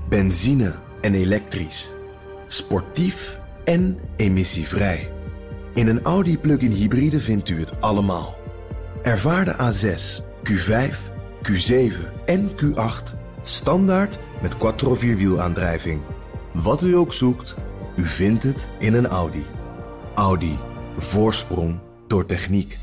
Benzine en elektrisch. Sportief en emissievrij. In een Audi plug-in hybride vindt u het allemaal. Ervaar de A6, Q5, Q7 en Q8 standaard met quattro-vierwielaandrijving. Wat u ook zoekt, u vindt het in een Audi. Audi. Voorsprong door techniek.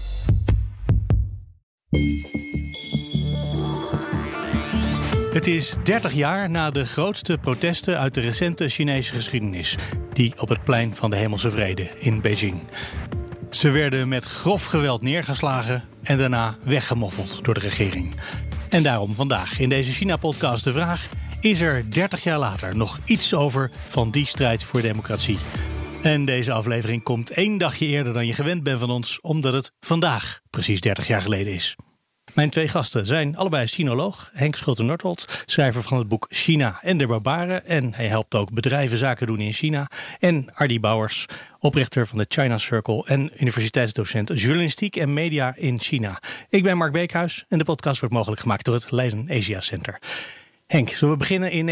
Het is 30 jaar na de grootste protesten uit de recente Chinese geschiedenis. Die op het plein van de Hemelse Vrede in Beijing. Ze werden met grof geweld neergeslagen en daarna weggemoffeld door de regering. En daarom vandaag in deze China-podcast de vraag: is er 30 jaar later nog iets over van die strijd voor democratie? En deze aflevering komt 1 dagje eerder dan je gewend bent van ons, omdat het vandaag precies 30 jaar geleden is. Mijn 2 gasten zijn allebei sinoloog. Henk Schulte-Nordholt, schrijver van het boek China en de Barbaren. En hij helpt ook bedrijven zaken doen in China. En Ardy Bouwers, oprichter van de China Circle en universiteitsdocent journalistiek en media in China. Ik ben Mark Beekhuis en de podcast wordt mogelijk gemaakt door het Leiden Asia Center. Henk, zullen we beginnen in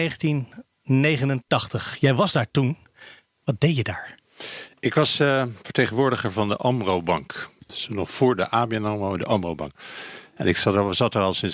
1989? Jij was daar toen. Wat deed je daar? Ik was vertegenwoordiger van de AMRO Bank. Dus nog voor de ABN AMRO, de AMRO Bank. En ik zat er al sinds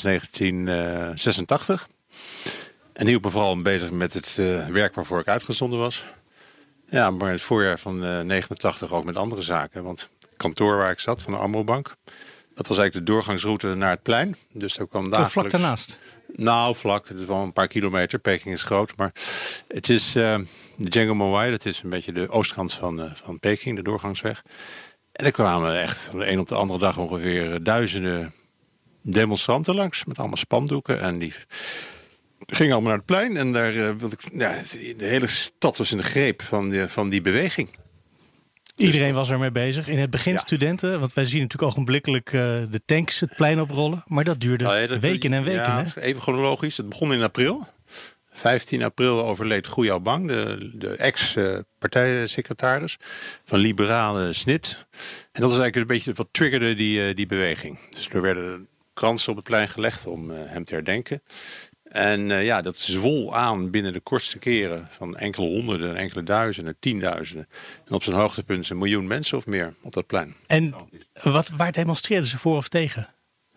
1986. En hield me vooral bezig met het werk waarvoor ik uitgezonden was. Ja, maar in het voorjaar van 89 ook met andere zaken. Want het kantoor waar ik zat, van de AMRO Bank, dat was eigenlijk de doorgangsroute naar het plein. Dus daar kwam dagelijks... Vlak daarnaast? Nou, vlak. Het is wel een paar kilometer. Peking is groot. Maar het is de Jiangmen-Wei. Dat is een beetje de oostkant van Peking, de doorgangsweg. En er kwamen echt van de een op de andere dag ongeveer duizenden demonstranten langs. Met allemaal spandoeken. En die gingen allemaal naar het plein. En daar wilde ik... Ja, de hele stad was in de greep van die beweging. Iedereen was ermee bezig. In het begin studenten, want wij zien natuurlijk ogenblikkelijk de tanks het plein oprollen. Maar dat duurde weken en weken. Ja, hè? Even chronologisch. Het begon in april. 15 april overleed Gu Yaobang, de ex-partijsecretaris van liberale snit. En dat was eigenlijk een beetje wat triggerde die beweging. Dus er werden kransen op het plein gelegd om hem te herdenken. En dat zwol aan binnen de kortste keren van enkele honderden en enkele duizenden, tienduizenden. En op zijn hoogtepunt 1 miljoen mensen of meer op dat plein. En waar demonstreerden ze voor of tegen?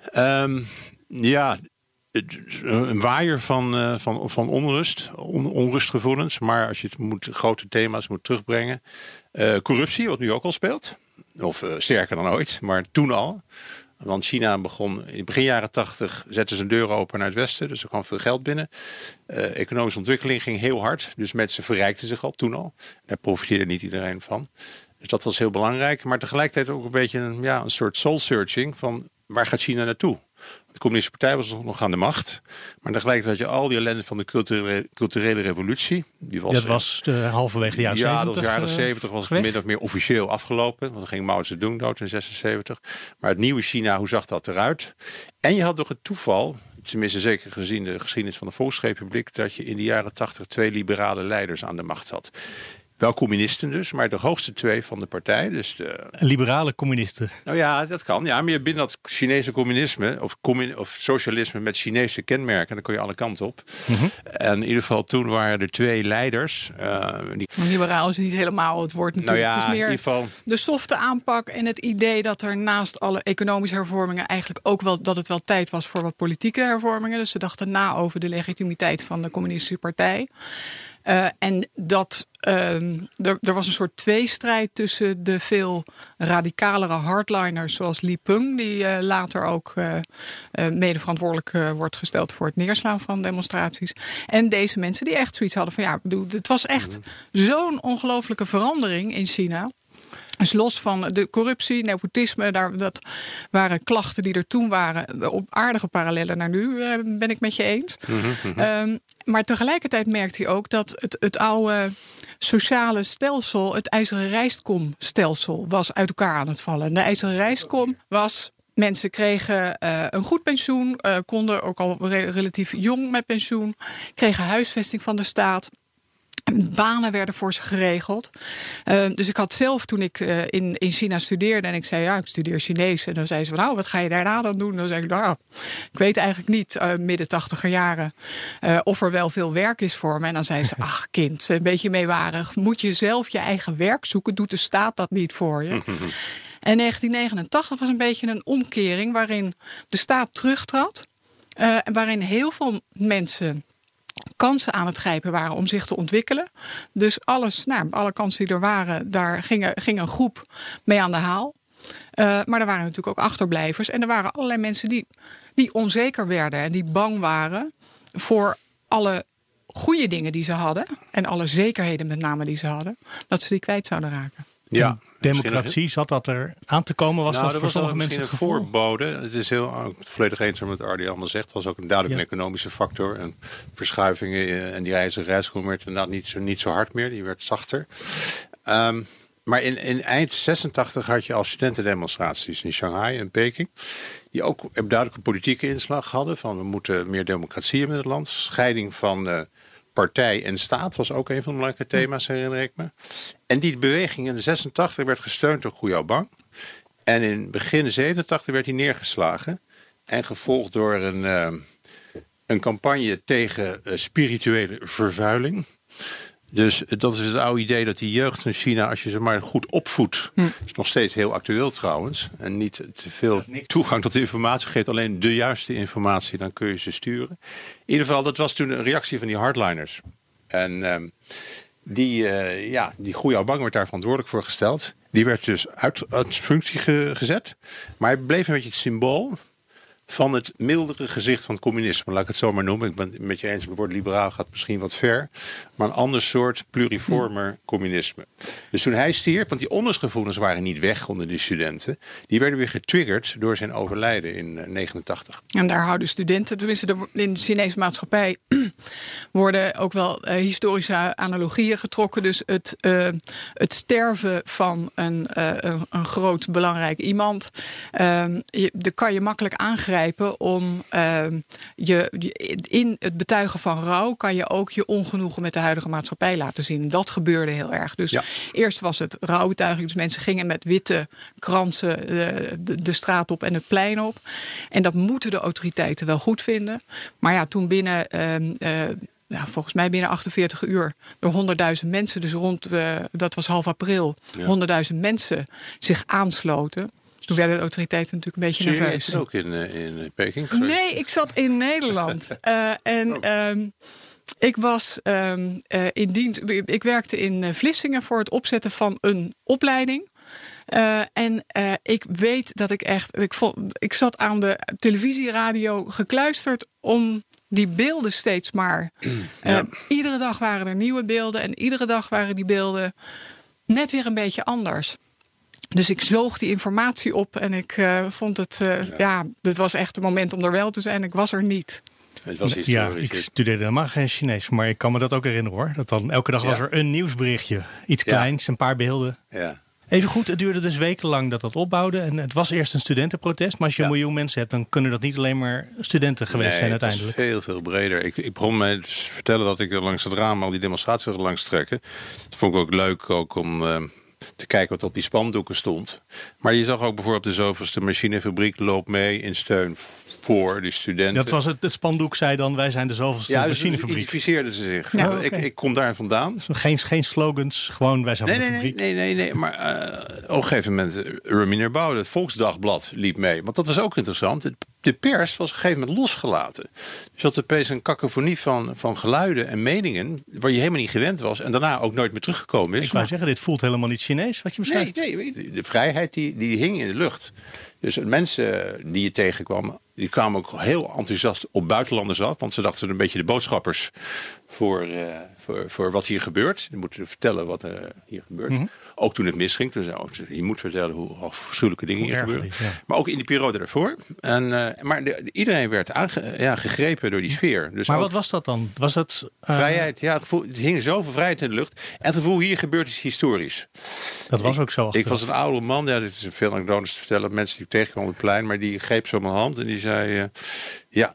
Een waaier van onrust, onrustgevoelens. Maar als je grote thema's moet terugbrengen. Corruptie, wat nu ook al speelt. Of sterker dan ooit, maar toen al. Want China begon in begin jaren 80, zetten ze een deur open naar het westen. Dus er kwam veel geld binnen. Economische ontwikkeling ging heel hard. Dus mensen verrijkten zich toen al. Daar profiteerde niet iedereen van. Dus dat was heel belangrijk. Maar tegelijkertijd ook een beetje een soort soul searching van waar gaat China naartoe? De communistische partij was nog aan de macht. Maar tegelijkertijd had je al die ellende van de culturele revolutie. Dat was halverwege de jaren 70. Ja, dat was de jaren 70 was het min of meer officieel afgelopen. Want dan ging Mao Zedong dood in 76. Maar het nieuwe China, hoe zag dat eruit? En je had nog het toeval, tenminste zeker gezien de geschiedenis van de Volksrepubliek, dat je in de jaren 80 2 liberale leiders aan de macht had. Wel communisten dus, maar de hoogste 2 van de partij. Dus liberale communisten. Nou ja, dat kan. Ja, maar binnen dat Chinese communisme of socialisme met Chinese kenmerken, dan kun je alle kanten op. Mm-hmm. En in ieder geval toen waren er 2 leiders. Liberaal is niet helemaal het woord natuurlijk. Nou ja, het is meer in ieder geval de softe aanpak en het idee dat er naast alle economische hervormingen eigenlijk ook wel dat het wel tijd was voor wat politieke hervormingen. Dus ze dachten na over de legitimiteit van de communistische partij. En dat er was een soort tweestrijd tussen de veel radicalere hardliners zoals Li Peng, die later ook mede verantwoordelijk wordt gesteld voor het neerslaan van demonstraties. En deze mensen die echt zoiets hadden van het was echt zo'n ongelofelijke verandering in China. Dus los van de corruptie, nepotisme, dat waren klachten die er toen waren. Op aardige parallellen naar nu, ben ik met je eens. Mm-hmm. Maar tegelijkertijd merkte hij ook dat het oude sociale stelsel, het ijzeren rijstkomstelsel, was uit elkaar aan het vallen. De ijzeren rijstkom was, mensen kregen een goed pensioen, konden ook al relatief jong met pensioen, kregen huisvesting van de staat. Banen werden voor ze geregeld. Dus ik had zelf, toen ik in China studeerde en ik zei, ik studeer Chinees. En dan zei ze van, wat ga je daarna dan doen? Dan zei ik, ik weet eigenlijk niet, midden 80er jaren, of er wel veel werk is voor me. En dan zei ze, ach kind, een beetje meewarig. Moet je zelf je eigen werk zoeken? Doet de staat dat niet voor je? En 1989 was een beetje een omkering waarin de staat terugtrad. En waarin heel veel mensen kansen aan het grijpen waren om zich te ontwikkelen. Dus alle kansen die er waren, daar ging een groep mee aan de haal. Maar er waren natuurlijk ook achterblijvers. En er waren allerlei mensen die onzeker werden en die bang waren voor alle goede dingen die ze hadden. En alle zekerheden met name die ze hadden. Dat ze die kwijt zouden raken. Ja. Democratie, zat dat er aan te komen? Was dat voor sommige mensen het gevoel? Voorbode. Het is volledig eens met wat Ardy allemaal zegt. Het was ook een duidelijk economische factor. En verschuivingen en die reisgroep werd inderdaad niet zo hard meer. Die werd zachter. Maar in eind 86 had je al studentendemonstraties in Shanghai en Peking. Die ook een duidelijke politieke inslag hadden. Van we moeten meer democratie in het land. Scheiding van partij en staat was ook een van de belangrijke thema's, herinner ik me. En die beweging in de 86 werd gesteund door Gu Yaobang. En in begin 87 werd hij neergeslagen. En gevolgd door een campagne tegen spirituele vervuiling. Dus dat is het oude idee dat die jeugd van China, als je ze maar goed opvoedt, is nog steeds heel actueel trouwens. En niet te veel toegang tot informatie geeft, alleen de juiste informatie, dan kun je ze sturen. In ieder geval, dat was toen een reactie van die hardliners. En die Gu Yaobang werd daar verantwoordelijk voor gesteld. Die werd dus uit functie gezet. Maar hij bleef een beetje het symbool van het mildere gezicht van het communisme. Laat ik het zo maar noemen. Ik ben het met je eens, het woord liberaal gaat misschien wat ver. Maar een ander soort pluriformer communisme. Dus toen hij stierf, want die onrustgevoelens waren niet weg onder die studenten. Die werden weer getriggerd door zijn overlijden in 89. En daar houden studenten, tenminste in de Chinese maatschappij, worden ook wel historische analogieën getrokken. Dus het sterven van een groot belangrijk iemand, daar kan je makkelijk aangrijpen om in het betuigen van rouw kan je ook je ongenoegen met de huidige maatschappij laten zien. Dat gebeurde heel erg. Dus eerst was het rouwbetuiging. Dus mensen gingen met witte kransen de straat op en het plein op. En dat moeten de autoriteiten wel goed vinden. Maar ja, toen volgens mij binnen 48 uur door 100.000 mensen, dus dat was half april, 100.000 mensen zich aansloten. Toen werden de autoriteiten natuurlijk een beetje nerveus. Zit je ook in Peking? Nee, ik zat in Nederland. Ik was in dienst. Ik werkte in Vlissingen voor het opzetten van een opleiding. Ik weet dat ik zat aan de televisieradio gekluisterd om die beelden steeds maar. Iedere dag waren er nieuwe beelden en iedere dag waren die beelden net weer een beetje anders. Dus ik zoog die informatie op en ik vond het, dit was echt een moment om er wel te zijn. Ik was er niet. Het was historisch. Ik studeerde helemaal geen Chinees, maar ik kan me dat ook herinneren hoor. Dat dan elke dag was er een nieuwsberichtje. Iets kleins, een paar beelden. Ja. Even goed, het duurde dus wekenlang dat opbouwde. En het was eerst een studentenprotest. Maar als je een miljoen mensen hebt, dan kunnen dat niet alleen maar studenten geweest zijn uiteindelijk. Het is veel, veel breder. Ik begon mij te vertellen dat ik langs het raam al die demonstraties langs trekken. Dat vond ik ook leuk om te kijken wat op die spandoeken stond. Maar je zag ook bijvoorbeeld de zoveelste machinefabriek loopt mee in steun voor die studenten. Dat was het spandoek zei dan, wij zijn de zoveelste machinefabriek. Ja, identificeerden ze zich. Ja, ik kom daar vandaan. Geen slogans, gewoon wij zijn van de fabriek. Nee. Maar op een gegeven moment, Rominer Bouw, het Volksdagblad, liep mee. Want dat was ook interessant. De pers was op een gegeven moment losgelaten. Dus had opeens een cacophonie van geluiden en meningen waar je helemaal niet gewend was en daarna ook nooit meer teruggekomen is. Ik wou zeggen, dit voelt helemaal niet Chinees wat je beschrijft. Nee, de vrijheid die hing in de lucht. Dus mensen die je tegenkwam, die kwamen ook heel enthousiast op buitenlanders af. Want ze dachten een beetje de boodschappers voor wat hier gebeurt. Die moeten vertellen wat hier gebeurt. Mm-hmm. Ook toen het misging. Toen zei je moet vertellen hoe afschuwelijke dingen hier gebeuren. Ja. Maar ook in die periode daarvoor. Maar iedereen werd gegrepen door die sfeer. Dus maar wat was dat dan? Was het vrijheid? Ja, het hing zoveel vrijheid in de lucht. En het gevoel hier gebeurt is historisch. Dat was ook zo. Ik was een oude man. Ja, dit is veel anekdotes te vertellen. Mensen die ik tegenkwam op het plein. Maar die greep zo mijn hand en die zei...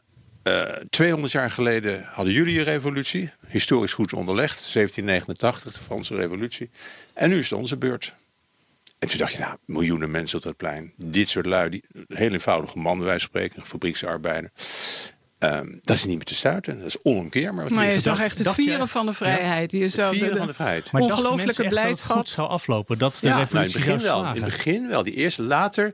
200 jaar geleden hadden jullie een revolutie. Historisch goed onderlegd. 1789, de Franse revolutie. En nu is het onze beurt. En toen dacht je, miljoenen mensen op dat plein. Dit soort lui, die heel eenvoudige mannen, wij spreken, fabrieksarbeider. Dat is niet meer te stuiten. Dat is onomkeerbaar. Maar je zag echt het vieren van de vrijheid. Je zag het vieren van de vrijheid. Maar ongelooflijke blijdschap. Dat het goed zou aflopen. Dat de revolutie zou slagen. In het begin wel. Die eerste, later,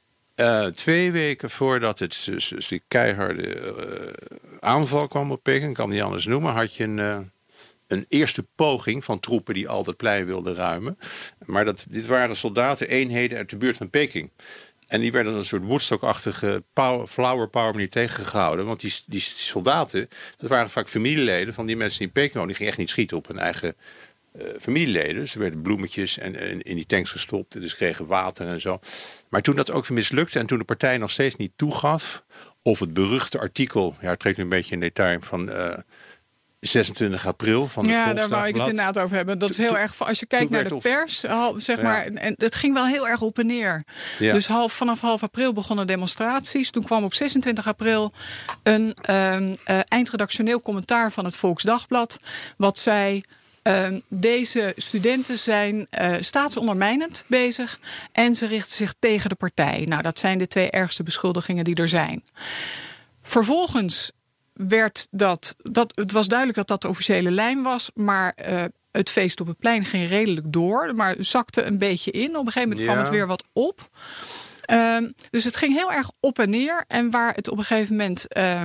2 weken voordat het dus die keiharde aanval kwam op Peking, kan niet anders noemen, had je een eerste poging van troepen die al het plein wilden ruimen. Maar dit waren soldaten, eenheden uit de buurt van Peking. En die werden een soort Woodstock-achtige flower power manier tegengehouden. Want die soldaten, dat waren vaak familieleden van die mensen die in Peking woonden. Die gingen echt niet schieten op hun eigen familieleden. Dus er werden bloemetjes in die tanks gestopt. Dus kregen water en zo. Maar toen dat ook mislukte en toen de partij nog steeds niet toegaf, of het beruchte artikel, het trekt nu een beetje in detail, van 26 april van het Volksdagblad. Daar wou ik het inderdaad over hebben. Dat is heel erg, als je kijkt naar de pers, zeg maar, en het ging wel heel erg op en neer. Ja. Dus vanaf half april begonnen demonstraties. Toen kwam op 26 april een eindredactioneel commentaar van het Volksdagblad, wat zei: deze studenten zijn staatsondermijnend bezig en ze richten zich tegen de partij. Nou, dat zijn de 2 ergste beschuldigingen die er zijn. Vervolgens werd het was duidelijk dat de officiële lijn was, maar het feest op het plein ging redelijk door, maar zakte een beetje in. Op een gegeven moment kwam het weer wat op. Dus het ging heel erg op en neer. En waar het op een gegeven moment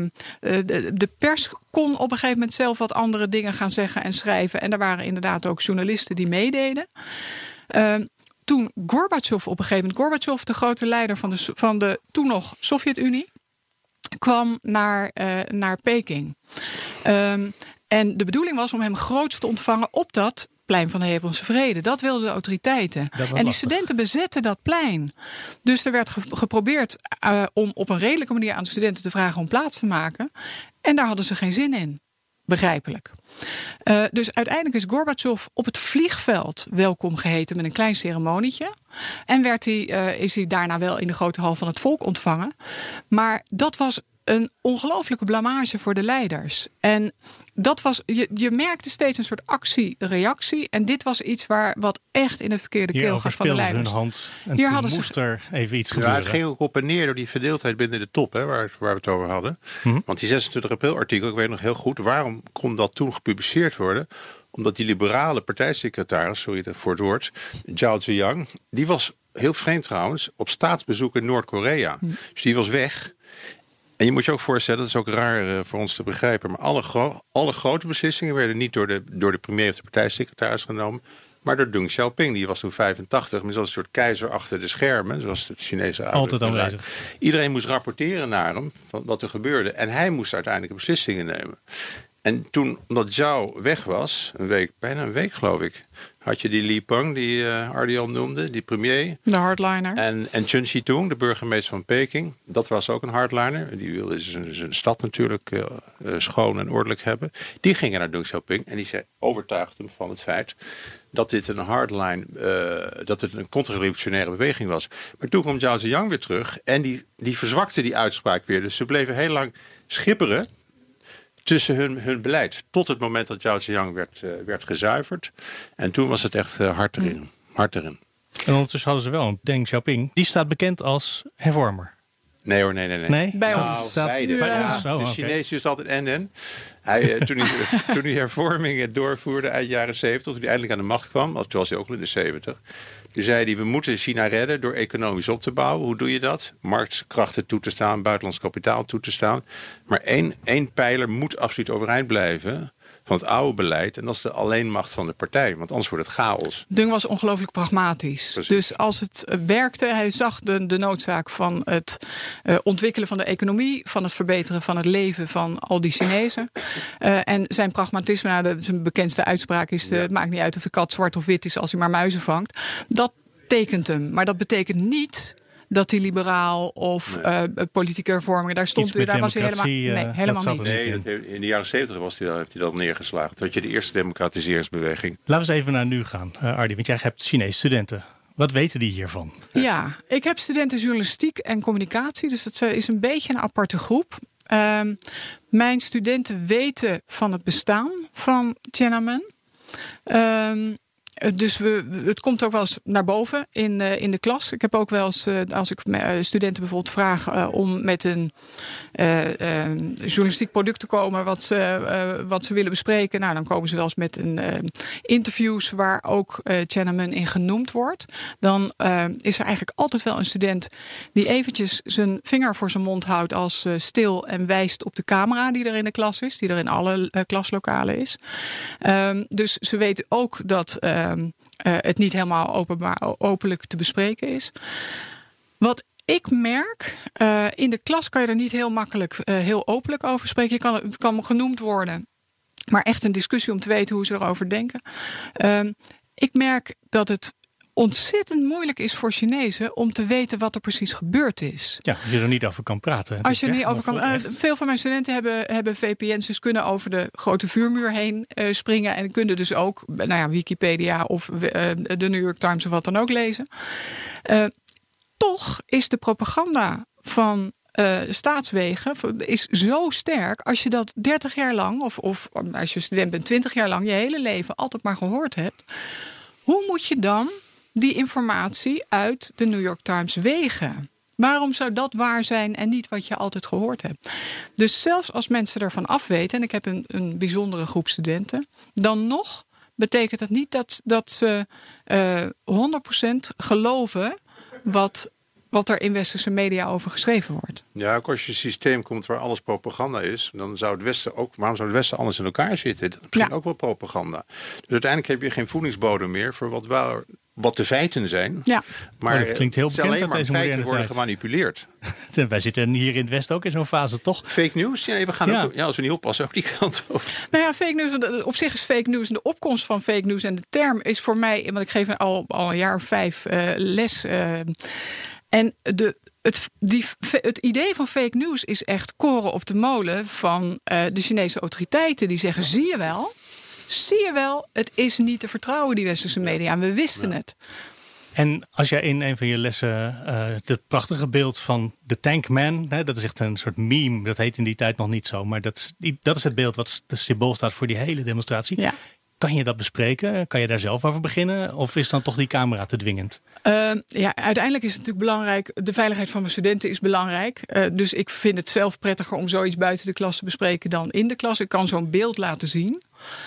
de pers kon op een gegeven moment zelf wat andere dingen gaan zeggen en schrijven. En er waren inderdaad ook journalisten die meededen. Toen Gorbachev op een gegeven moment, Gorbachev, de grote leider van de toen nog Sovjet-Unie, kwam naar Peking. En de bedoeling was om hem groots te ontvangen op dat plein van de Hemelse Vrede. Dat wilden de autoriteiten. En die studenten bezetten dat plein. Dus er werd geprobeerd om op een redelijke manier aan de studenten te vragen om plaats te maken. En daar hadden ze geen zin in. Begrijpelijk. Dus uiteindelijk is Gorbachev op het vliegveld welkom geheten met een klein ceremonietje. En is hij daarna wel in de grote hal van het volk ontvangen. Maar dat was een ongelooflijke blamage voor de leiders. En dat was, je merkte steeds een soort actie-reactie. En dit was iets wat echt in het verkeerde keelgat van de leiders. Hun hand. En hier hadden moest er even iets gebeuren. Het ging ook op en neer door die verdeeldheid binnen de top, waar we het over hadden. Want die 26 april artikel, ik weet nog heel goed, waarom kon dat toen gepubliceerd worden? Omdat die liberale partijsecretaris, sorry voor het woord, Zhao Ziyang, die was heel vreemd trouwens, op staatsbezoek in Noord-Korea. Dus die was weg. En je moet je ook voorstellen, dat is ook raar voor ons te begrijpen, maar alle grote beslissingen werden niet door de premier of de partijsecretaris genomen, maar door Deng Xiaoping. Die was toen 85, maar zoals een soort keizer achter de schermen, zoals het Chinese altijd aanwezig. Iedereen moest rapporteren naar hem van wat er gebeurde. En hij moest uiteindelijk beslissingen nemen. En toen, omdat Zhao weg was, bijna een week geloof ik, had je die Li Peng, die Ardi al noemde, die premier. De hardliner. En Chen Shitung, de burgemeester van Peking. Dat was ook een hardliner. Die wilde zijn stad natuurlijk schoon en ordelijk hebben. Die gingen naar Deng Xiaoping en die overtuigde hem van het feit dat dit een hardline, dat het een contra-revolutionaire beweging was. Maar toen kwam Zhao Ziyang weer terug en die verzwakte die uitspraak weer. Dus ze bleven heel lang schipperen tussen hun beleid. Tot het moment dat Zhao Ziyang werd gezuiverd. En toen was het echt hard erin. En ondertussen hadden ze wel een Deng Xiaoping. Die staat bekend als hervormer. Nee hoor, nee. Bij ons. Beide. De Chinees is altijd en. Toen hij hervormingen doorvoerde eind jaren 70, toen hij eindelijk aan de macht kwam, toen was hij ook al in de 70. Toen zei hij, we moeten China redden door economisch op te bouwen. Hoe doe je dat? Marktkrachten toe te staan, buitenlands kapitaal toe te staan. Maar één pijler moet absoluut overeind blijven van het oude beleid. En dat is de alleenmacht van de partij. Want anders wordt het chaos. Deng was ongelooflijk pragmatisch. Precies. Dus als het werkte, hij zag de noodzaak van het ontwikkelen van de economie, van het verbeteren van het leven van al die Chinezen. En zijn pragmatisme, zijn bekendste uitspraak is, het maakt niet uit of de kat zwart of wit is als hij maar muizen vangt. Dat tekent hem. Maar dat betekent niet dat hij liberaal of politieke hervormingen, daar was hij helemaal niet. Nee, in de jaren 70 heeft hij dat neergeslagen. Dat je de eerste democratiseringsbeweging. Laten we eens even naar nu gaan, Ardi, want jij hebt Chinese studenten. Wat weten die hiervan? Ja, ik heb studenten journalistiek en communicatie, dus dat is een beetje een aparte groep. Mijn studenten weten van het bestaan van Tiananmen. Dus het komt ook wel eens naar boven in de klas. Ik heb ook wel eens, als ik studenten bijvoorbeeld vraag om met een journalistiek product te komen wat ze willen bespreken. Nou, dan komen ze wel eens met interviews waar ook Tiananmen in genoemd wordt. Dan is er eigenlijk altijd wel een student die eventjes zijn vinger voor zijn mond houdt als stil en wijst op de camera die er in de klas is, die er in alle klaslokalen is. Dus ze weten ook dat het niet helemaal openlijk te bespreken is. Wat ik merk, in de klas kan je er niet heel makkelijk heel openlijk over spreken. Het kan genoemd worden, maar echt een discussie om te weten hoe ze erover denken. Ik merk dat het ontzettend moeilijk is voor Chinezen om te weten wat er precies gebeurd is. Ja, als je er niet over kan praten. Als je er niet over kan. Veel van mijn studenten hebben VPN's, dus kunnen over de grote vuurmuur heen springen en kunnen dus ook Wikipedia of de New York Times of wat dan ook lezen. Toch is de propaganda van staatswegen is zo sterk als je dat 30 jaar lang of als je student bent 20 jaar lang je hele leven altijd maar gehoord hebt. Hoe moet je dan die informatie uit de New York Times wegen? Waarom zou dat waar zijn en niet wat je altijd gehoord hebt? Dus zelfs als mensen ervan afweten, en ik heb een bijzondere groep studenten, dan nog betekent dat niet dat ze 100% geloven wat er in westerse media over geschreven wordt. Ja, ook als je een systeem komt waar alles propaganda is, dan zou het Westen ook, waarom zou het Westen anders in elkaar zitten? Dat is misschien ook wel propaganda. Dus uiteindelijk heb je geen voedingsbodem meer voor wat de feiten zijn. Ja. Maar het klinkt heel bekend alleen maar feiten worden gemanipuleerd. Wij zitten hier in het Westen ook in zo'n fase, toch? Fake news? Ja, we gaan ook, als we niet oppassen, ook die kant op. Nou ja, fake news, op zich is fake news en de opkomst van fake news en de term is voor mij, want ik geef al een jaar of 5 les. En het idee van fake news is echt koren op de molen van de Chinese autoriteiten. Die zeggen, zie je wel, het is niet te vertrouwen, die westerse media. En we wisten het. En als jij in een van je lessen het prachtige beeld van de Tankman, dat is echt een soort meme, dat heet in die tijd nog niet zo, maar dat is het beeld wat de symbool staat voor die hele demonstratie. Ja. Kan je dat bespreken? Kan je daar zelf over beginnen? Of is dan toch die camera te dwingend? Uiteindelijk is het natuurlijk belangrijk. De veiligheid van mijn studenten is belangrijk. Dus ik vind het zelf prettiger om zoiets buiten de klas te bespreken dan in de klas. Ik kan zo'n beeld laten zien.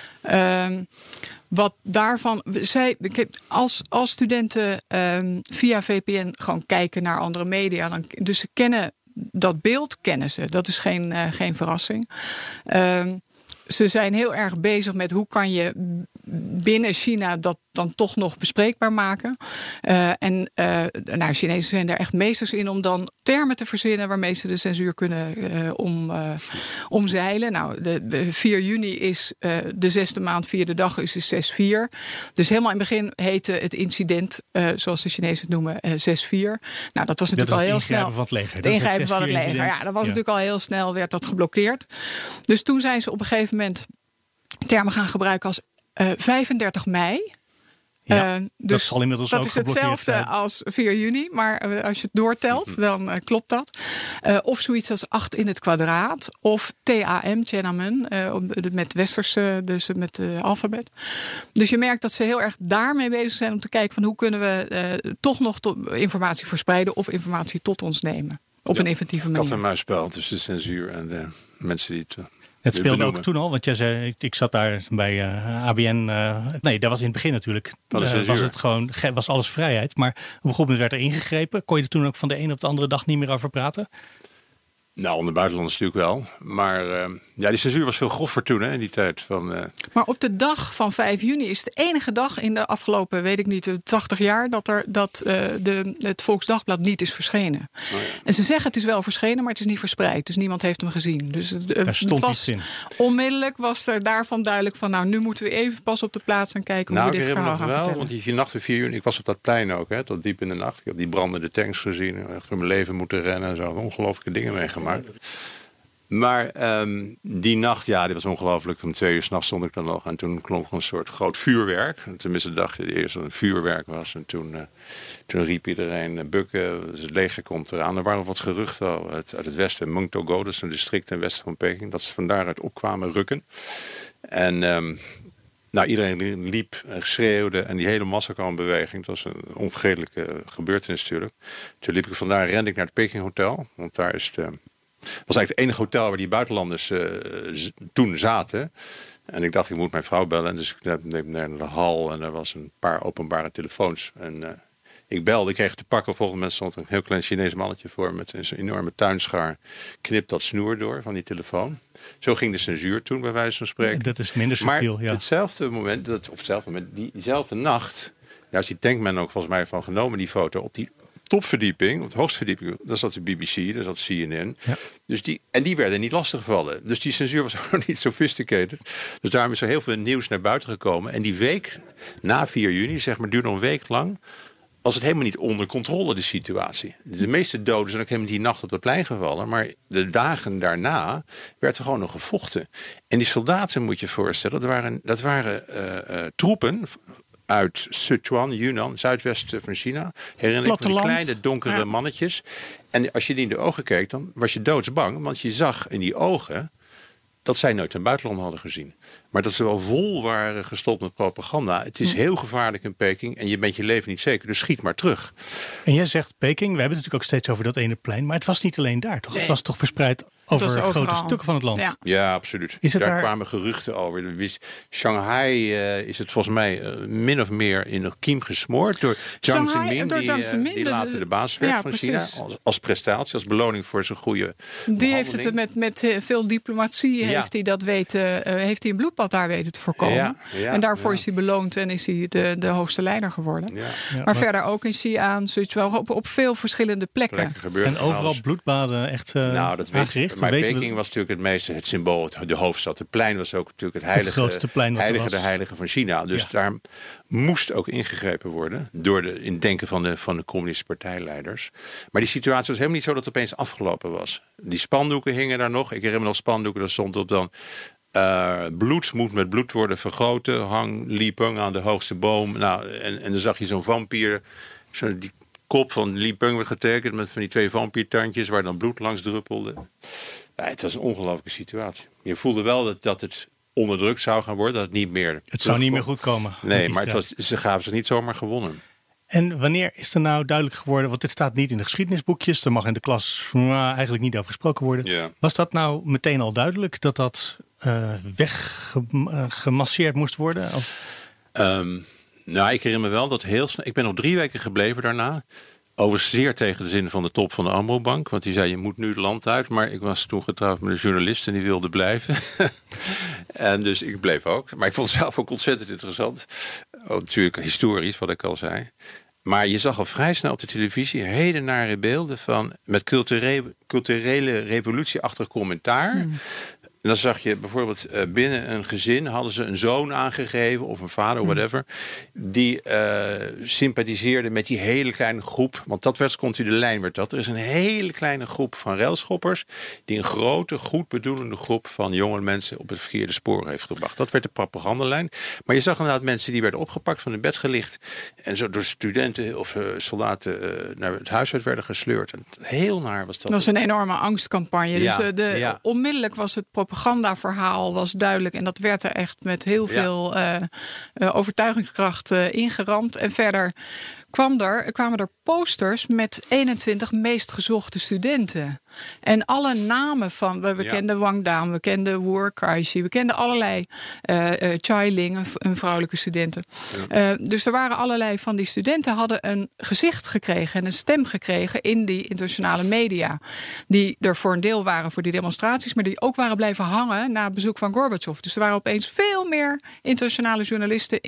Wat daarvan. Als studenten via VPN gewoon kijken naar andere media. Dus ze kennen dat beeld, kennen ze. Dat is geen verrassing. Ze zijn heel erg bezig met hoe kan je binnen China dat dan toch nog bespreekbaar maken. Chinezen zijn daar echt meesters in om dan termen te verzinnen waarmee ze de censuur kunnen omzeilen. Nou, de 4 juni is de 6e maand, 4e dag is 6-4. Dus helemaal in het begin heette het incident, zoals de Chinezen het noemen, 6-4. Nou, dat was natuurlijk al heel snel. Van het leger. Het ingrijpen van het leger. Ja, dat was natuurlijk al heel snel, werd dat geblokkeerd. Dus toen zijn ze op een gegeven moment termen gaan gebruiken als 35 mei. Ja, dus dat zal inmiddels ook geblokkeerd zijn. Dat is hetzelfde als 4 juni, maar als je het doortelt, dan klopt dat. Of zoiets als 8 in het kwadraat. Of TAM, Tiananmen, met westerse, dus met het alfabet. Dus je merkt dat ze heel erg daarmee bezig zijn om te kijken van hoe kunnen we toch nog informatie verspreiden of informatie tot ons nemen. Op een inventieve manier. Kat en muisspel tussen de censuur en de mensen die het... Het speelde ook toen al, want jij zei, ik zat daar bij ABN. Nee, dat was in het begin natuurlijk. Was alles vrijheid. Maar op een gegeven moment werd er ingegrepen. Kon je er toen ook van de ene op de andere dag niet meer over praten? Nou, onder buitenlanders natuurlijk wel. Maar die censuur was veel groffer toen, in die tijd. Maar op de dag van 5 juni is de enige dag in de afgelopen, weet ik niet, 80 jaar... dat het Volksdagblad niet is verschenen. Oh ja. En ze zeggen het is wel verschenen, maar het is niet verspreid. Dus niemand heeft hem gezien. Dus daar stond iets in. Onmiddellijk was er daarvan duidelijk van... nou, nu moeten we even pas op de plaats gaan kijken hoe we dit verhaal gaan vertellen. Want die nacht van 4 juni, ik was op dat plein ook, tot diep in de nacht. Ik heb die brandende tanks gezien. Echt voor mijn leven moeten rennen en zo. Ongelooflijke dingen meegemaakt. Maar die nacht, die was ongelooflijk. Om 2 uur 's nachts stond ik dan nog. En toen klonk een soort groot vuurwerk. Tenminste, dacht ik eerst dat het een vuurwerk was. En toen riep iedereen bukken. Dus het leger komt eraan. Er waren wat geruchten uit het westen. Mengtogo, dat is een district ten westen van Peking. Dat ze van daaruit opkwamen rukken. En iedereen liep en schreeuwde. En die hele massa kwam in beweging. Dat was een onvergetelijke gebeurtenis natuurlijk. Toen liep ik vandaar, rende ik naar het Peking Hotel. Want daar is was eigenlijk het enige hotel waar die buitenlanders toen zaten. En ik dacht, ik moet mijn vrouw bellen. Dus ik neem naar de hal en er was een paar openbare telefoons. En ik belde, ik kreeg te pakken. Volgens mij stond een heel klein Chinees mannetje voor met een enorme tuinschaar. Knipt dat snoer door van die telefoon. Zo ging de censuur toen, bij wijze van spreken. Dat is minder subtiel, maar hetzelfde moment, diezelfde nacht, daar is die Tankman ook volgens mij van genomen, die foto, op die topverdieping, op de hoogste verdieping, daar zat de BBC, daar zat CNN. Ja. Dus die werden niet lastiggevallen. Dus die censuur was ook niet sophisticated. Dus daarom is er heel veel nieuws naar buiten gekomen. En die week, na 4 juni, zeg maar, duurde een week lang, was het helemaal niet onder controle, de situatie. De meeste doden zijn ook helemaal die nacht op het plein gevallen. Maar de dagen daarna werd er gewoon nog gevochten. En die soldaten, moet je je voorstellen, dat waren troepen uit Sichuan, Yunnan, zuidwesten van China. Herinner ik me die kleine donkere mannetjes. En als je die in de ogen keek, dan was je doodsbang. Want je zag in die ogen dat zij nooit een buitenland hadden gezien. Maar dat ze wel vol waren gestopt met propaganda. Het is heel gevaarlijk in Peking en je bent je leven niet zeker. Dus schiet maar terug. En jij zegt Peking, we hebben het natuurlijk ook steeds over dat ene plein. Maar het was niet alleen daar, toch? Nee. Het was toch verspreid over grote stukken van het land. Ja, absoluut. Daar kwamen geruchten over. Shanghai is het volgens mij min of meer in een kiem gesmoord door Jiang Zemin, die later de baas werd van China. Als prestatie, als beloning voor zijn goede Die heeft het met veel diplomatie heeft hij dat heeft hij een bloedbad daar weten te voorkomen. En daarvoor is hij beloond en is hij de hoogste leider geworden. Maar verder ook in Xi'an, op veel verschillende plekken. En overal bloedbaden echt aangericht. Maar Peking was natuurlijk het meeste het symbool, de hoofdstad. Het plein was ook natuurlijk het heilige van China. Dus daar moest ook ingegrepen worden door in denken van de communistische partijleiders. Maar die situatie was helemaal niet zo dat het opeens afgelopen was. Die spandoeken hingen daar nog. Ik herinner me nog spandoeken, daar stond op dan bloed moet met bloed worden vergoten. Hang Li Peng aan de hoogste boom. En dan zag je zo'n vampier, die kop van Li Peng werd getekend met van die 2 vampiertandjes waar dan bloed langs druppelde. Ja, het was een ongelooflijke situatie. Je voelde wel dat het onderdrukt zou gaan worden, dat het niet meer. Het zou niet meer goed komen. Nee, maar ze gaven zich niet zomaar gewonnen. En wanneer is er nou duidelijk geworden, want dit staat niet in de geschiedenisboekjes, er mag in de klas eigenlijk niet over gesproken worden. Ja. Was dat nou meteen al duidelijk dat weggemasseerd moest worden? Ik herinner me wel dat heel snel. Ik ben nog 3 weken gebleven daarna. Overigens zeer tegen de zin van de top van de Amro-bank. Want die zei, je moet nu het land uit. Maar ik was toen getrouwd met een journalist en die wilde blijven. En dus ik bleef ook. Maar ik vond het zelf ook ontzettend interessant. Natuurlijk historisch, wat ik al zei. Maar je zag al vrij snel op de televisie hele nare beelden van met culturele revolutieachtig commentaar. En dan zag je bijvoorbeeld binnen een gezin hadden ze een zoon aangegeven of een vader of whatever. Die sympathiseerde met die hele kleine groep. Want dat werd continu de lijn. Er is een hele kleine groep van railschoppers die een grote, goed bedoelende groep van jonge mensen op het verkeerde spoor heeft gebracht. Dat werd de propagandalijn. Maar je zag inderdaad mensen die werden opgepakt, van hun bed gelicht. En zo door studenten of soldaten naar het huis uit werden gesleurd. En heel naar was dat. Dat was een enorme angstcampagne. Ja, dus onmiddellijk was het propagandaverhaal was duidelijk. En dat werd er echt met heel veel overtuigingskracht ingeramd. En verder kwamen er posters met 21 meest gezochte studenten. En alle namen van, we kenden Wang Dan, we kenden Wu Kaixi, we kenden allerlei Chai Ling, een vrouwelijke studenten. Ja. Dus er waren allerlei van die studenten hadden een gezicht gekregen en een stem gekregen in die internationale media. Die er voor een deel waren voor die demonstraties, maar die ook waren blijven hangen na het bezoek van Gorbachev. Dus er waren opeens veel meer internationale journalisten in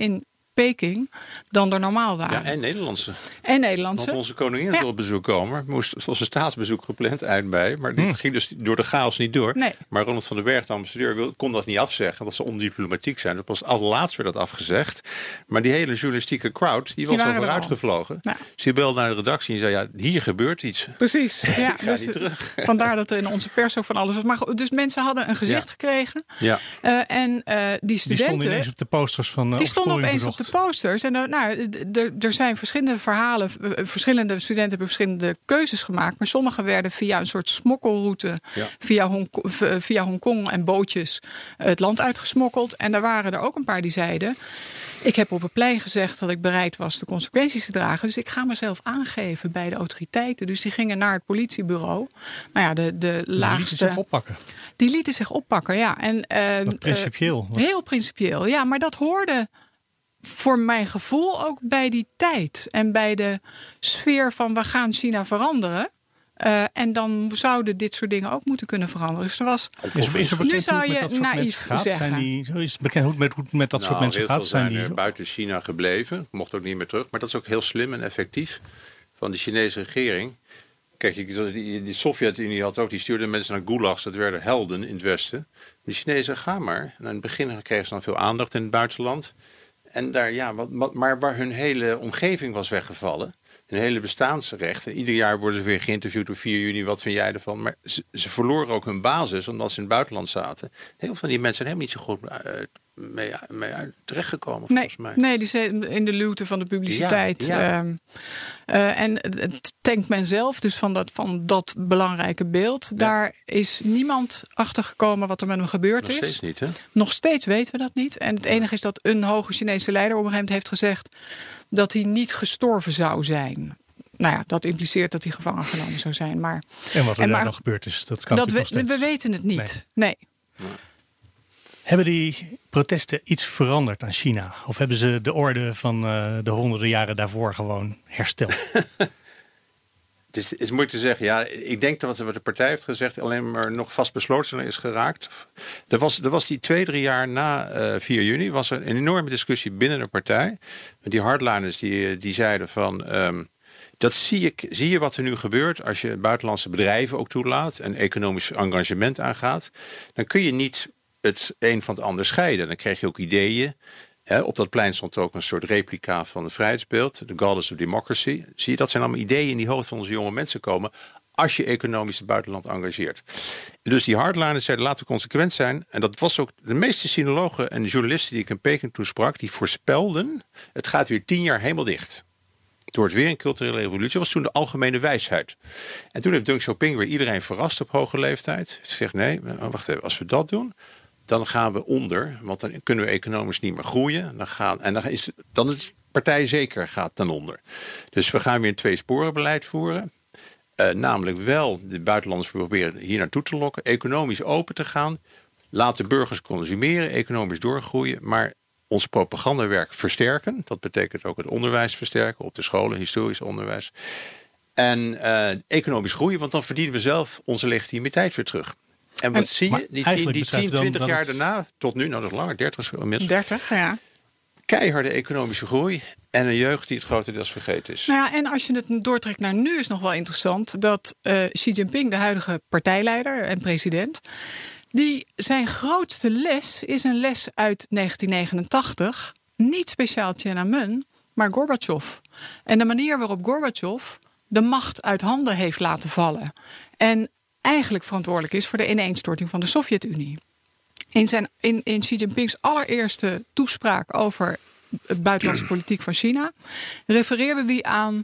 Peking dan er normaal waren. Ja, en Nederlandse. En Nederlandse. Want onze koningin is op bezoek komen. Moest zoals een staatsbezoek gepland uitbij. Maar dit ging dus door de chaos niet door. Nee. Maar Ronald van den Berg, de ambassadeur, kon dat niet afzeggen. Dat ze ondiplomatiek zijn. Dat pas allerlaatst werd dat afgezegd. Maar die hele journalistieke crowd, die was al vooruit gevlogen. Ja. Ze belde naar de redactie en zei, ja, hier gebeurt iets. Precies. Ja, Ga niet terug. Vandaar dat er in onze pers ook van alles was. Maar dus mensen hadden een gezicht gekregen. Ja. En die studenten... Die stonden ineens op de posters van Die stonden opeens op de posters. En er zijn verschillende verhalen. Verschillende studenten hebben verschillende keuzes gemaakt. Maar sommigen werden via een soort smokkelroute... via Hongkong en bootjes het land uitgesmokkeld. En er waren er ook een paar die zeiden... Ik heb op het plein gezegd dat ik bereid was de consequenties te dragen. Dus ik ga mezelf aangeven bij de autoriteiten. Dus die gingen naar het politiebureau. Nou ja, de laagste... Die lieten zich oppakken. Die lieten zich oppakken, ja. En, principieel. Heel principieel, ja. Maar dat hoorde voor mijn gevoel ook bij die tijd. En bij de sfeer van we gaan China veranderen. En dan zouden dit soort dingen ook moeten kunnen veranderen. Dus er was. Nu zou je naïef zeggen. Is het bekend hoe het met dat soort mensen gaat? Zijn die buiten China gebleven? Mocht ook niet meer terug. Maar dat is ook heel slim en effectief van de Chinese regering. Kijk, die Sovjet-Unie had ook, die stuurde mensen naar gulags. Dat werden helden in het Westen. De Chinezen gaan maar. En aan het begin kregen ze dan veel aandacht in het buitenland. En daar, maar waar hun hele omgeving was weggevallen. Hun hele bestaansrechten. Ieder jaar worden ze weer geïnterviewd op 4 juni. Wat vind jij ervan? Maar ze verloren ook hun basis omdat ze in het buitenland zaten. Heel veel van die mensen zijn helemaal niet zo goed mee terechtgekomen, volgens mij. Nee, die zijn in de luwte van de publiciteit. Ja. En het denkt men zelf, dus van dat belangrijke beeld. Ja. Daar is niemand achter gekomen wat er met hem gebeurd is. Nog steeds niet, hè? Nog steeds weten we dat niet. En het enige is dat een hoge Chinese leider op een gegeven moment heeft gezegd dat hij niet gestorven zou zijn. Nou ja, dat impliceert dat hij gevangen genomen zou zijn. Maar, en wat er daar nog gebeurd is, dat kan nog steeds. We weten het niet. Nee. Hebben die protesten iets veranderd aan China? Of hebben ze de orde van de honderden jaren daarvoor gewoon hersteld? Het is moeilijk te zeggen. Ja, ik denk dat wat de partij heeft gezegd alleen maar nog vastbesloten is geraakt. Er was die 2-3 jaar na 4 juni was er een enorme discussie binnen de partij. Die hardliners die zeiden van... dat zie je wat er nu gebeurt als je buitenlandse bedrijven ook toelaat en economisch engagement aangaat. Dan kun je niet het een van het ander scheiden. Dan krijg je ook ideeën. Op dat plein stond ook een soort replica van het vrijheidsbeeld. The Goddess of Democracy. Zie je, dat zijn allemaal ideeën in die hoofd van onze jonge mensen komen als je economisch het buitenland engageert. Dus die hardliners zeiden laten we consequent zijn. En dat was ook de meeste sinologen en journalisten die ik in Peking toesprak, die voorspelden het gaat weer 10 jaar helemaal dicht. Het wordt weer een culturele revolutie. Dat was toen de algemene wijsheid. En toen heeft Deng Xiaoping weer iedereen verrast op hoge leeftijd. Ze zegt nee, wacht even, als we dat doen, dan gaan we onder. Want dan kunnen we economisch niet meer groeien. Dan is de partij zeker gaat ten onder. Dus we gaan weer een 2-sporenbeleid voeren. Namelijk wel de buitenlanders proberen hier naartoe te lokken. Economisch open te gaan. Laat de burgers consumeren. Economisch doorgroeien. Maar ons propagandawerk versterken. Dat betekent ook het onderwijs versterken. Op de scholen, historisch onderwijs. En economisch groeien. Want dan verdienen we zelf onze legitimiteit weer terug. En wat zie je? Die 10, 20 jaar daarna, tot nu, nog langer, 30 inmiddels. 30, ja. Keiharde economische groei en een jeugd die het grotendeels vergeten is. Nou ja, en als je het doortrekt naar nu is nog wel interessant dat Xi Jinping, de huidige partijleider en president, die zijn grootste les is een les uit 1989. Niet speciaal Tiananmen, maar Gorbachev. En de manier waarop Gorbachev de macht uit handen heeft laten vallen. En eigenlijk verantwoordelijk is voor de ineenstorting van de Sovjet-Unie. In Xi Jinping's allereerste toespraak over het buitenlandse politiek van China refereerde hij aan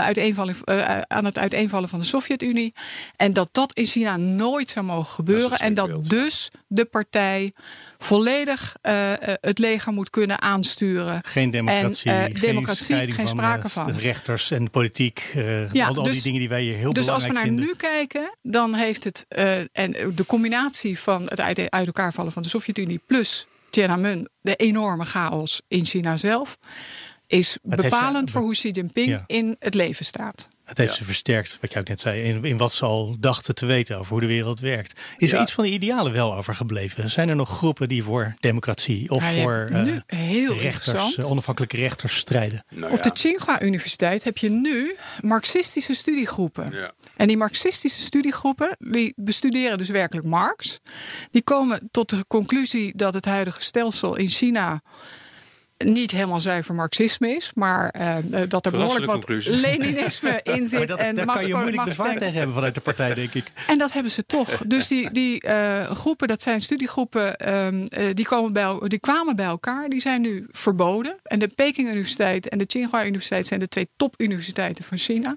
het uiteenvallen van de Sovjet-Unie. En dat in China nooit zou mogen gebeuren. En dat dus de partij volledig het leger moet kunnen aansturen. Geen democratie, geen sprake van. De rechters en de politiek. Al die dingen die wij hier heel belangrijk vinden. Dus als we naar nu kijken, dan heeft het en de combinatie van het uit elkaar vallen van de Sovjet-Unie plus Tiananmen, de enorme chaos in China zelf, is bepalend voor hoe Xi Jinping in het leven staat. Het heeft ze versterkt, wat je ook net zei, in wat ze al dachten te weten over hoe de wereld werkt. Is er iets van de idealen wel overgebleven? Zijn er nog groepen die voor democratie of voor rechters, onafhankelijke rechters strijden? Op de Tsinghua Universiteit heb je nu marxistische studiegroepen. Ja. En die marxistische studiegroepen, die bestuderen dus werkelijk Marx. Die komen tot de conclusie dat het huidige stelsel in China niet helemaal zuiver marxisme is, maar dat er behoorlijk wat Leninisme in zit. Daar kan je moeilijk bezwaar tegen hebben vanuit de partij, denk ik. En dat hebben ze toch. Dus die groepen, dat zijn studiegroepen, die kwamen bij elkaar. Die zijn nu verboden. En de Peking Universiteit en de Tsinghua Universiteit zijn de 2 topuniversiteiten van China.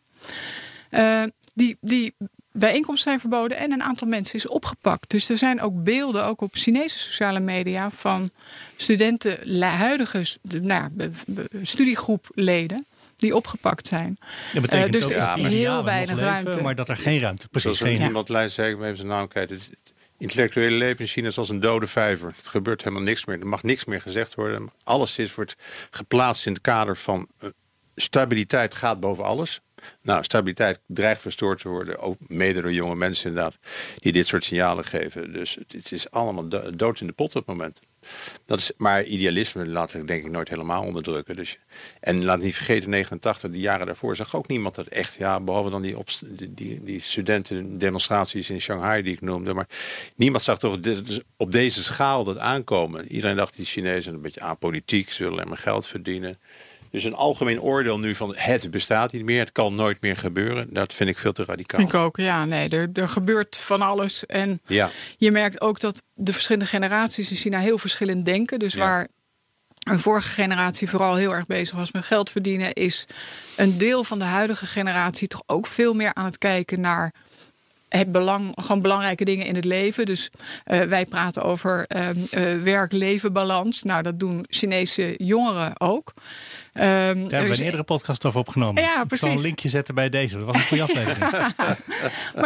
Die bijeenkomsten zijn verboden en een aantal mensen is opgepakt. Dus er zijn ook beelden, ook op Chinese sociale media, van studenten, huidige studiegroepleden die opgepakt zijn. Dat betekent dus ook er is heel weinig ruimte. Maar dat er geen ruimte, precies. Zoals iemand zei, ik even zijn naam kijkt. Het intellectuele leven in China is als een dode vijver. Het gebeurt helemaal niks meer. Er mag niks meer gezegd worden. Alles wordt geplaatst in het kader van stabiliteit gaat boven alles. Nou, stabiliteit dreigt verstoord te worden. Ook mede door jonge mensen inderdaad. Die dit soort signalen geven. Dus het is allemaal dood in de pot op het moment. Maar idealisme laat ik denk ik nooit helemaal onderdrukken. Dus, en laat niet vergeten, 89, de jaren daarvoor zag ook niemand dat echt. Ja, behalve dan die studentendemonstraties in Shanghai die ik noemde. Maar niemand zag toch op deze schaal dat aankomen. Iedereen dacht, die Chinezen zijn een beetje apolitiek. Ze willen alleen maar geld verdienen. Dus een algemeen oordeel nu van het bestaat niet meer. Het kan nooit meer gebeuren. Dat vind ik veel te radicaal. Ik ook, ja. Nee, er gebeurt van alles. En je merkt ook dat de verschillende generaties in China heel verschillend denken. Dus waar een vorige generatie vooral heel erg bezig was met geld verdienen, is een deel van de huidige generatie toch ook veel meer aan het kijken naar het belang, gewoon belangrijke dingen in het leven. Dus wij praten over werk-leven-balans. Nou, dat doen Chinese jongeren ook. Daar hebben we een eerdere podcast over opgenomen. Ja, precies. Ik zal een linkje zetten bij deze. Dat was een goede aflevering. Maar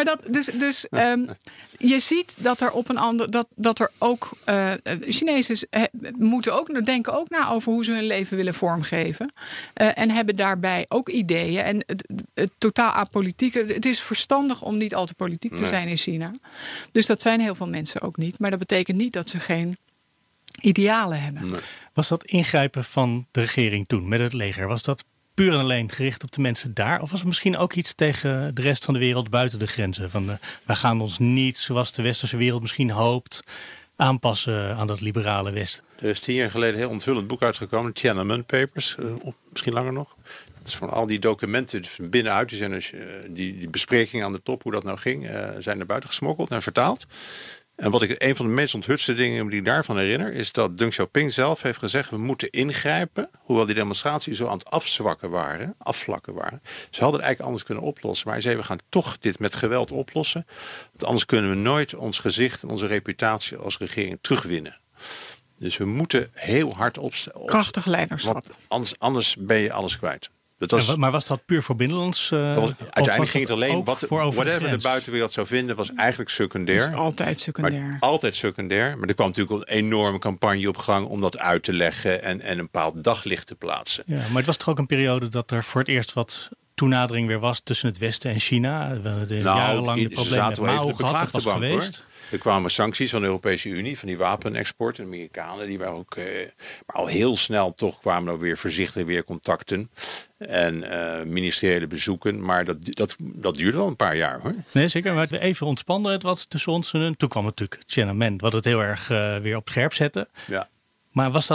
je ziet dat er op een ander, dat er ook Chinezen denken ook na over hoe ze hun leven willen vormgeven. En hebben daarbij ook ideeën. En het totaal apolitieke. Het is verstandig om niet al te politiek te zijn in China. Dus dat zijn heel veel mensen ook niet. Maar dat betekent niet dat ze geen idealen hebben. Nee. Was dat ingrijpen van de regering toen met het leger? Was dat puur en alleen gericht op de mensen daar? Of was het misschien ook iets tegen de rest van de wereld buiten de grenzen? Van wij gaan ons niet, zoals de westerse wereld misschien hoopt, aanpassen aan dat liberale Westen. Er is 10 jaar geleden een heel onthullend boek uitgekomen. Tiananmen Papers, misschien langer nog. Dat is van al die documenten van binnenuit. Die zijn dus, die besprekingen aan de top, hoe dat nou ging, zijn naar buiten gesmokkeld en vertaald. En wat ik een van de meest onthutste dingen die ik daarvan herinner, is dat Deng Xiaoping zelf heeft gezegd, we moeten ingrijpen. Hoewel die demonstraties zo aan het afvlakken waren. Ze hadden het eigenlijk anders kunnen oplossen. Maar hij zei, we gaan toch dit met geweld oplossen. Want anders kunnen we nooit ons gezicht en onze reputatie als regering terugwinnen. Dus we moeten heel hard opstaan. Krachtig leiderschap. Anders ben je alles kwijt. Maar was dat puur voor binnenlands? Uiteindelijk ging het alleen, whatever de buitenwereld zou vinden, was eigenlijk secundair. Het is altijd secundair. Altijd secundair. Maar er kwam natuurlijk een enorme campagne op gang om dat uit te leggen en een bepaald daglicht te plaatsen. Ja, maar het was toch ook een periode dat er voor het eerst wat toenadering weer was tussen het Westen en China. We hadden jarenlang de problemen met Mao gehad, dat was geweest. Hoor. Er kwamen sancties van de Europese Unie, van die wapenexport. De Amerikanen, die waren ook maar al heel snel toch kwamen er weer voorzichtig weer contacten. En ministeriële bezoeken. Maar dat duurde wel een paar jaar hoor. Nee, zeker. Maar even ontspande het wat tussen ons. En toen kwam natuurlijk Tiananmen, wat het heel erg weer op scherp zette. Ja. Maar was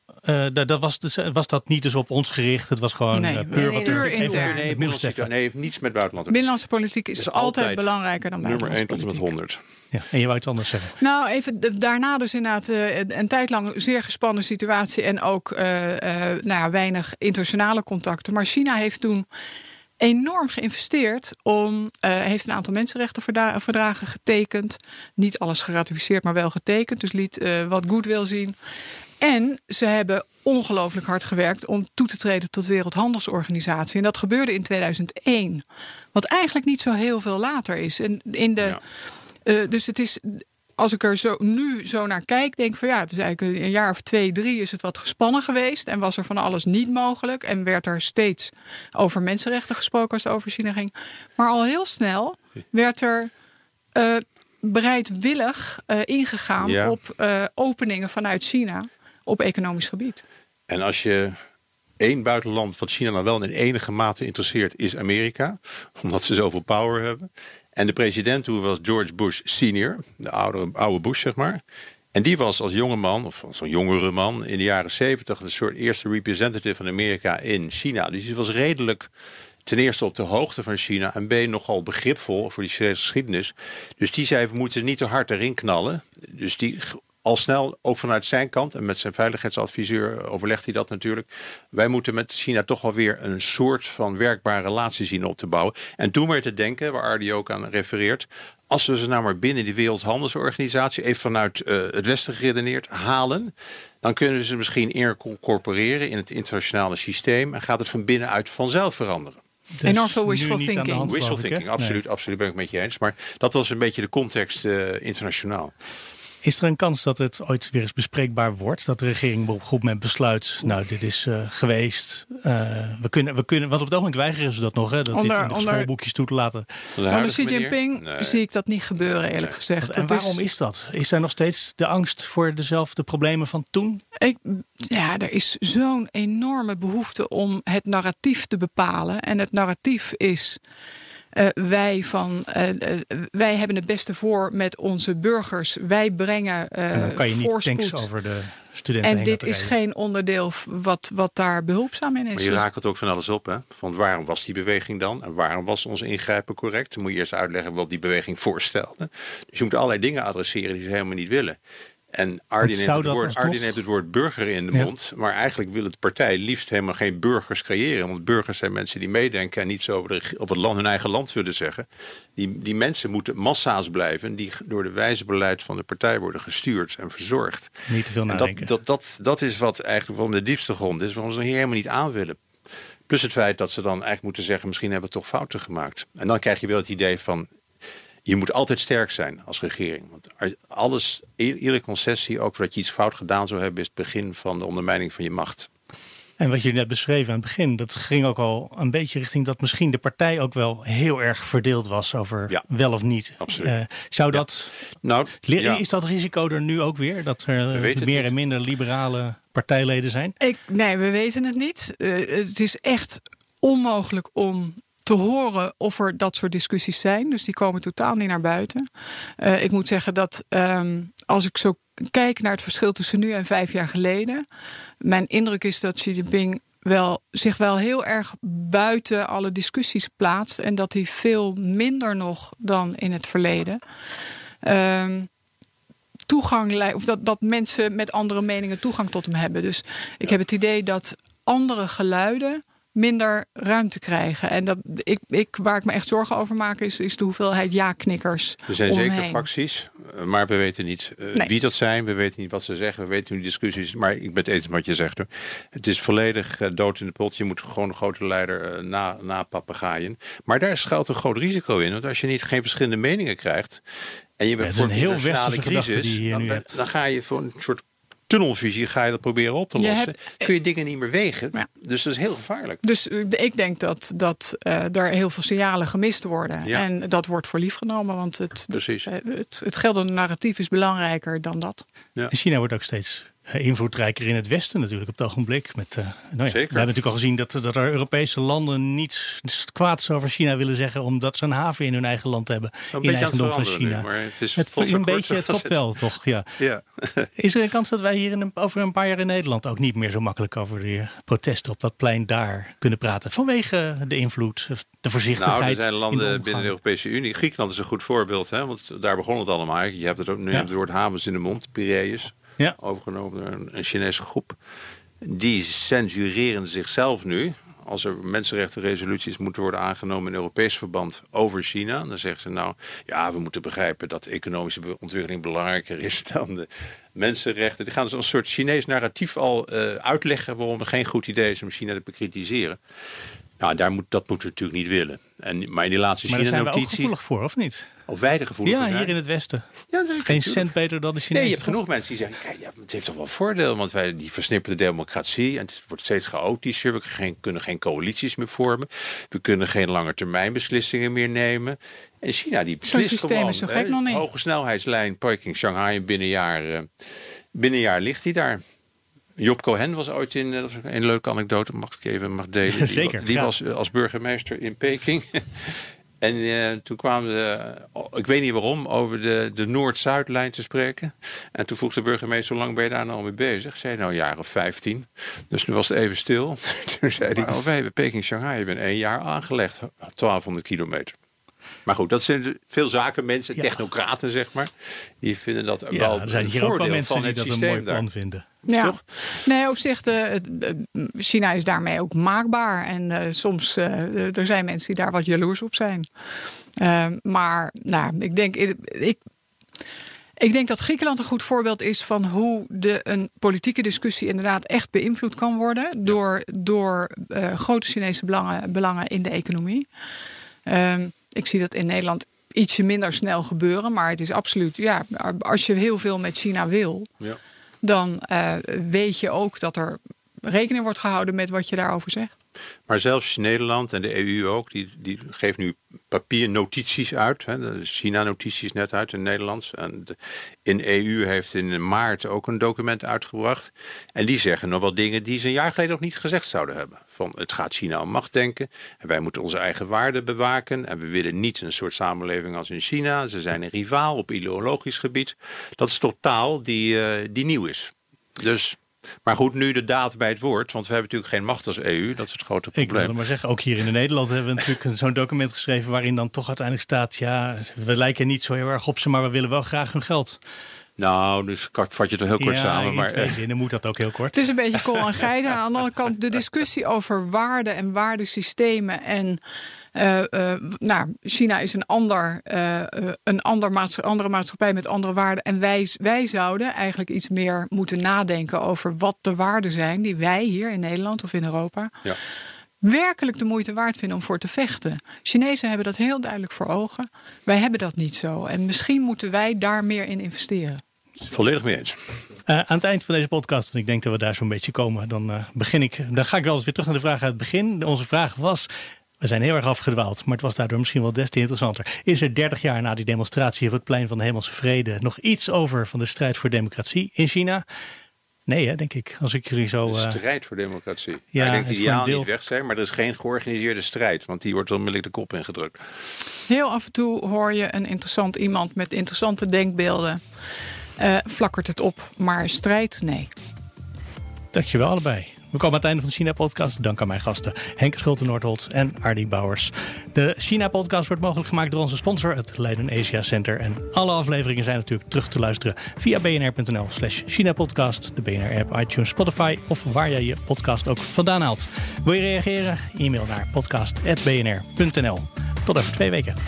dat niet dus op ons gericht? Het was gewoon puur wat puur intern. Nee, heeft niets met buitenland. Binnenlandse politiek is altijd belangrijker dan buitenlandse nummer 1 tot en met 100. Ja, en je wou iets anders zeggen? Nou, even daarna dus inderdaad een tijd lang zeer gespannen situatie en ook weinig internationale contacten. Maar China heeft toen enorm geïnvesteerd heeft een aantal mensenrechtenverdragen getekend. Niet alles geratificeerd, maar wel getekend. Dus liet wat goodwill zien. En ze hebben ongelooflijk hard gewerkt om toe te treden tot de Wereldhandelsorganisatie. En dat gebeurde in 2001. Wat eigenlijk niet zo heel veel later is. En dus het is als ik er nu zo naar kijk, denk ik van ja, het is eigenlijk een jaar of 2, 3 is het wat gespannen geweest. En was er van alles niet mogelijk. En werd er steeds over mensenrechten gesproken als het over China ging. Maar al heel snel werd er bereidwillig ingegaan op openingen vanuit China op economisch gebied. En als je één buitenland wat China nou wel in enige mate interesseert, is Amerika. Omdat ze zoveel power hebben. En de president toen was George Bush senior. De oude Bush, zeg maar. En die was als jonge man, of als een jongere man, in de jaren 70 een soort eerste representative van Amerika in China. Dus die was redelijk ten eerste op de hoogte van China en B nogal begripvol voor die Chinese geschiedenis. Dus die zei, we moeten niet te hard erin knallen. Dus die al snel, ook vanuit zijn kant en met zijn veiligheidsadviseur overlegt hij dat natuurlijk. Wij moeten met China toch wel weer een soort van werkbare relatie zien op te bouwen. En toen weer te denken, waar Ardi ook aan refereert, als we ze nou maar binnen die Wereldhandelsorganisatie, even vanuit het Westen geredeneerd, halen, dan kunnen we ze misschien incorporeren in het internationale systeem en gaat het van binnenuit vanzelf veranderen. Dus enorm veel wishful thinking. Wishful thinking, absoluut ben ik met je eens. Maar dat was een beetje de context internationaal. Is er een kans dat het ooit weer eens bespreekbaar wordt? Dat de regering op een goed moment besluit, nou, dit is geweest. We kunnen, want op het ogenblik weigeren ze dat nog, hè? Dat dit in de schoolboekjes toe te laten. Onder Xi Jinping zie ik dat niet gebeuren, eerlijk gezegd. En waarom is dat? Is er nog steeds de angst voor dezelfde problemen van toen? Er is zo'n enorme behoefte om het narratief te bepalen. En het narratief is wij hebben het beste voor met onze burgers. Wij brengen en dan kan je niet tanks over de studenten. En dit is geen onderdeel wat daar behulpzaam in is. Maar je rakelt ook van alles op, hè? Van waarom was die beweging dan? En waarom was ons ingrijpen correct? Dan moet je eerst uitleggen wat die beweging voorstelde. Dus je moet allerlei dingen adresseren die ze helemaal niet willen. En Ardi neemt het woord burger in de mond. Maar eigenlijk wil het partij liefst helemaal geen burgers creëren. Want burgers zijn mensen die meedenken en niets over hun eigen land willen zeggen. Die mensen moeten massa's blijven die door de wijze beleid van de partij worden gestuurd en verzorgd. Niet te veel nadenken. Dat is wat eigenlijk van de diepste grond is. Waarom ze hier helemaal niet aan willen. Plus het feit dat ze dan eigenlijk moeten zeggen, misschien hebben we toch fouten gemaakt. En dan krijg je wel het idee van, je moet altijd sterk zijn als regering. Want iedere concessie, ook dat je iets fout gedaan zou hebben, is het begin van de ondermijning van je macht. En wat je net beschreef aan het begin, dat ging ook al een beetje richting dat misschien de partij ook wel heel erg verdeeld was over wel of niet. Absoluut. Is dat risico er nu ook weer? Dat er meer en minder liberale partijleden zijn? Nee, we weten het niet. Het is echt onmogelijk om te horen of er dat soort discussies zijn. Dus die komen totaal niet naar buiten. Ik moet zeggen dat als ik zo kijk naar het verschil tussen nu en 5 jaar geleden, mijn indruk is dat Xi Jinping zich wel heel erg buiten alle discussies plaatst en dat hij veel minder nog dan in het verleden dat mensen met andere meningen toegang tot hem hebben. Dus ik heb het idee dat andere geluiden minder ruimte krijgen. En waar ik me echt zorgen over maak is de hoeveelheid ja-knikkers. Er zijn zeker fracties, maar we weten niet wie dat zijn. We weten niet wat ze zeggen. We weten niet de discussies. Maar ik ben het eens met wat je zegt, hoor. Het is volledig dood in de pot. Je moet gewoon een grote leider napapegaaien. Maar daar schuilt een groot risico in. Want als je geen verschillende meningen krijgt en je bent voor een heel westerse crisis, dan ga je voor een soort tunnelvisie ga je dat proberen op te lossen. Kun je dingen niet meer wegen. Ja. Dus dat is heel gevaarlijk. Dus ik denk dat er heel veel signalen gemist worden. Ja. En dat wordt voor lief genomen. Want het geldende narratief is belangrijker dan dat. Ja. China wordt ook steeds invloedrijker in het Westen natuurlijk op het ogenblik. Zeker. We hebben natuurlijk al gezien dat er Europese landen niets kwaads over China willen zeggen, omdat ze een haven in hun eigen land hebben. In eigendom van China. Nu, maar het klopt wel, toch? Ja. Is er een kans dat wij hier over een paar jaar in Nederland ook niet meer zo makkelijk over de protesten op dat plein daar kunnen praten? Vanwege de invloed, de voorzichtigheid. Nou, er zijn landen binnen de Europese Unie. Griekenland is een goed voorbeeld, hè? Want daar begon het allemaal. Je hebt het ook nu het woord havens in de mond, Piraeus. Ja. Overgenomen door een Chinese groep. Die censureren zichzelf nu. Als er mensenrechtenresoluties moeten worden aangenomen in Europees verband over China, dan zeggen ze we moeten begrijpen dat economische ontwikkeling belangrijker is dan de mensenrechten. Die gaan dus een soort Chinees narratief al uitleggen waarom het geen goed idee is om China te bekritiseren. Nou, dat moeten we natuurlijk niet willen. Maar in die laatste China-notitie... Maar daar zijn we ook gevoelig voor, of niet? Of wij er gevoelig voor zijn? Ja, hier in het Westen. Ja, nee, geen cent beter dan de Chinezen. Nee, je hebt genoeg mensen die zeggen... Kijk, het heeft toch wel voordeel, want wij die versnipperde democratie... en het wordt steeds chaotischer. We kunnen geen coalities meer vormen. We kunnen geen langetermijnbeslissingen meer nemen. En China die beslist gewoon. Is zo gek nog niet. Hoge snelheidslijn, Peking-Shanghai, binnen een jaar ligt hij daar. Job Cohen was ooit dat is een leuke anekdote, mag ik even delen. Zeker. Die was als burgemeester in Peking. En toen kwamen we, ik weet niet waarom, over de Noord-Zuidlijn te spreken. En toen vroeg de burgemeester, hoe lang ben je daar nou mee bezig? Ik zei, nou, een jaar of 15. Dus toen was het even stil. Toen zei hij, wij hebben Peking-Shanghai in 1 jaar aangelegd. 1200 kilometer. Maar goed, dat zijn veel zakenmensen, technocraten zeg maar. Die vinden dat wel er zijn een hier ook wel voordeel mensen van die het dat systeem een mooi plan daar. vinden. Ja. Toch? Nee, op zich, China is daarmee ook maakbaar. En soms, er zijn mensen die daar wat jaloers op zijn. Maar nou, ik denk dat Griekenland een goed voorbeeld is van hoe een politieke discussie inderdaad echt beïnvloed kan worden door grote Chinese belangen in de economie. Ik zie dat in Nederland ietsje minder snel gebeuren, maar het is absoluut, als je heel veel met China wil, dan weet je ook dat er rekening wordt gehouden met wat je daarover zegt. Maar zelfs Nederland en de EU ook, die geeft nu papiernotities uit. Hè. De China-notities net uit in Nederlands. En de EU heeft in maart ook een document uitgebracht. En die zeggen nog wel dingen die ze een jaar geleden nog niet gezegd zouden hebben. Van het gaat China om macht denken. En wij moeten onze eigen waarden bewaken. En we willen niet een soort samenleving als in China. Ze zijn een rivaal op ideologisch gebied. Dat is totaal die nieuw is. Dus... Maar goed, nu de daad bij het woord. Want we hebben natuurlijk geen macht als EU. Dat is het grote probleem. Ik wilde maar zeggen, ook hier in Nederland hebben we natuurlijk zo'n document geschreven waarin dan toch uiteindelijk staat, ja, we lijken niet zo heel erg op ze, maar we willen wel graag hun geld. Nou, dus vat je het wel heel kort samen. Maar in 2 zinnen moet dat ook heel kort. Het is een beetje kool en geiten. Aan de andere kant, de discussie over waarden en waardesystemen en China is een andere maatschappij met andere waarden. En wij zouden eigenlijk iets meer moeten nadenken over wat de waarden zijn die wij hier in Nederland of in Europa werkelijk de moeite waard vinden om voor te vechten. Chinezen hebben dat heel duidelijk voor ogen. Wij hebben dat niet zo. En misschien moeten wij daar meer in investeren. Volledig mee eens. Aan het eind van deze podcast, want ik denk dat we daar zo'n beetje komen, dan ga ik wel eens weer terug naar de vraag uit het begin. Onze vraag was, we zijn heel erg afgedwaald, maar het was daardoor misschien wel des te interessanter. Is er 30 jaar na die demonstratie op het plein van de Hemelse Vrede nog iets over van de strijd voor democratie in China? Nee, hè, denk ik. Als ik jullie zo. De strijd voor democratie. Ja, ik denk ideaal niet weg zijn, maar er is geen georganiseerde strijd, want die wordt onmiddellijk de kop ingedrukt. Heel af en toe hoor je een interessant iemand met interessante denkbeelden. Flakkert het op, maar strijd, nee. Dankjewel allebei. We komen aan het einde van de China-podcast. Dank aan mijn gasten Henk Schulte-Noordholt en Ardy Bouwers. De China-podcast wordt mogelijk gemaakt door onze sponsor, het Leiden Asia Center. En alle afleveringen zijn natuurlijk terug te luisteren via bnr.nl/China-podcast, de BNR-app, iTunes, Spotify of waar jij je podcast ook vandaan haalt. Wil je reageren? E-mail naar podcast@bnr.nl. Tot over 2 weken.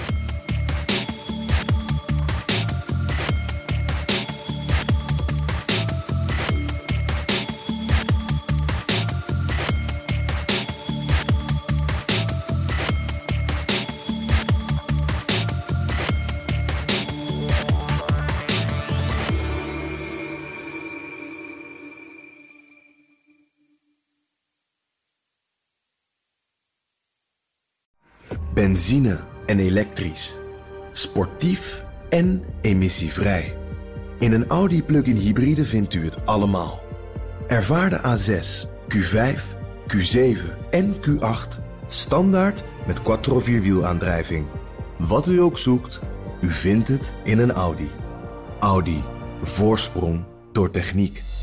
Benzine en elektrisch. Sportief en emissievrij. In een Audi plug-in hybride vindt u het allemaal. Ervaar de A6, Q5, Q7 en Q8 standaard met quattro-vierwielaandrijving. Wat u ook zoekt, u vindt het in een Audi. Audi. Voorsprong door techniek.